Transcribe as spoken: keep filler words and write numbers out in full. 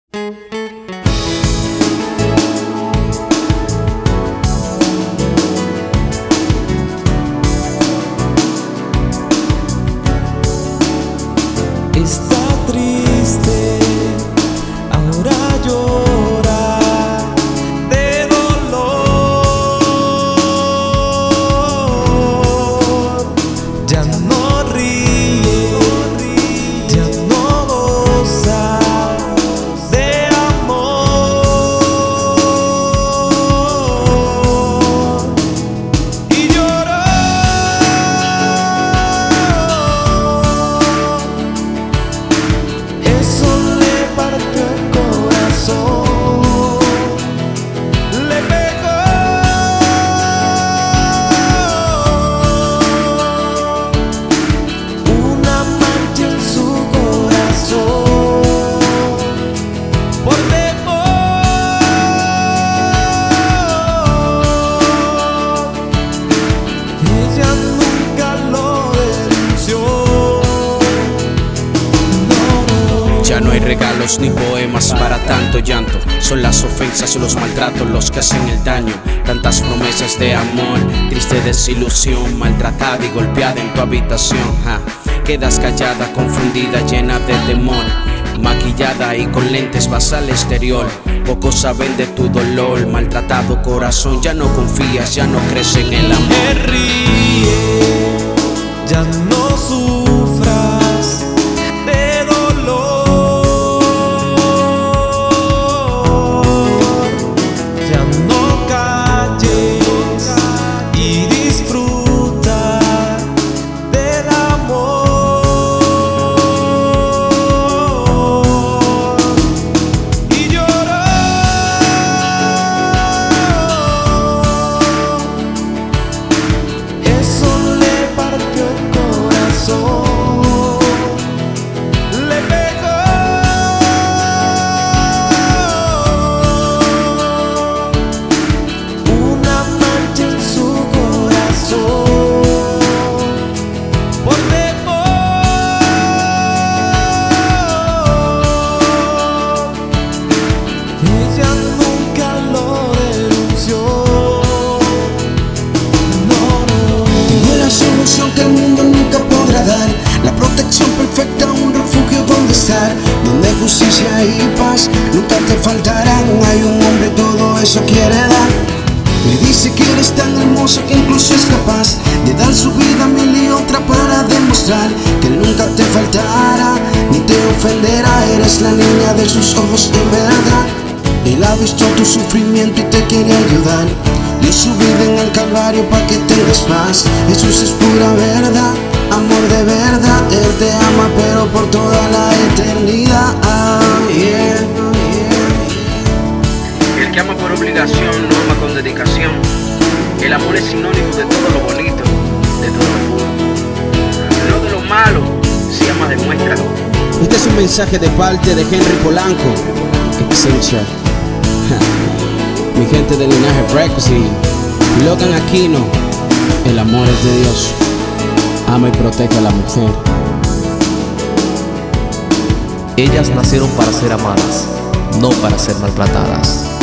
Está triste, ahora llora de dolor. Ya no ríe, ya no goza de amor. Y lloró. Eso le partió el corazón, le pegó. Una mancha en su corazón por temor. Ella nunca lo denunció. Ya no hay regalos ni poemas para tanto llanto. Son las ofensas o los maltratos los que hacen el daño. Tantas promesas de amor, triste desilusión, maltratada y golpeada en tu habitación. Ja. Quedas callada, confundida, llena de temor, maquillada y con lentes vas al exterior. Pocos saben de tu dolor, maltratado corazón. Ya no confías, ya no crees en el amor. Me ríe, ya no sufras de dolor, ya no calles y disfruta del amor. Y lloró. Eso le partió el corazón, le pegó. Una mancha en su corazón por temor. Ella nunca lo denunció. No, no. Tengo la solución que el mundo nunca podrá dar, la protección perfecta, un refugio donde estar, donde justicia y paz nunca te faltarán. Hay un hombre, todo eso quiere dar. Me dice que eres tan hermoso que incluso es capaz de dar su vida mil y otra para demostrar que él nunca te faltará ni te ofenderá. Eres la niña de sus ojos en verdad. Él ha visto tu sufrimiento y te quiere ayudar. Dio su vida en el Calvario para que tengas paz. Jesús es pura verdad, amor de verdad. Él te ama pero por toda la eternidad. Ah, yeah. El que ama por obligación no ama con dedicación. El amor es sinónimo de todo lo bonito, de todo lo puro, no de lo malo. Si amas, demuéstralo. Este es un mensaje de parte de Henry Polanco, Excentia, mi gente de Linaje Records y Logan Aquino. El amor es de Dios, ama y protege a la mujer. Ellas nacieron para ser amadas, no para ser maltratadas.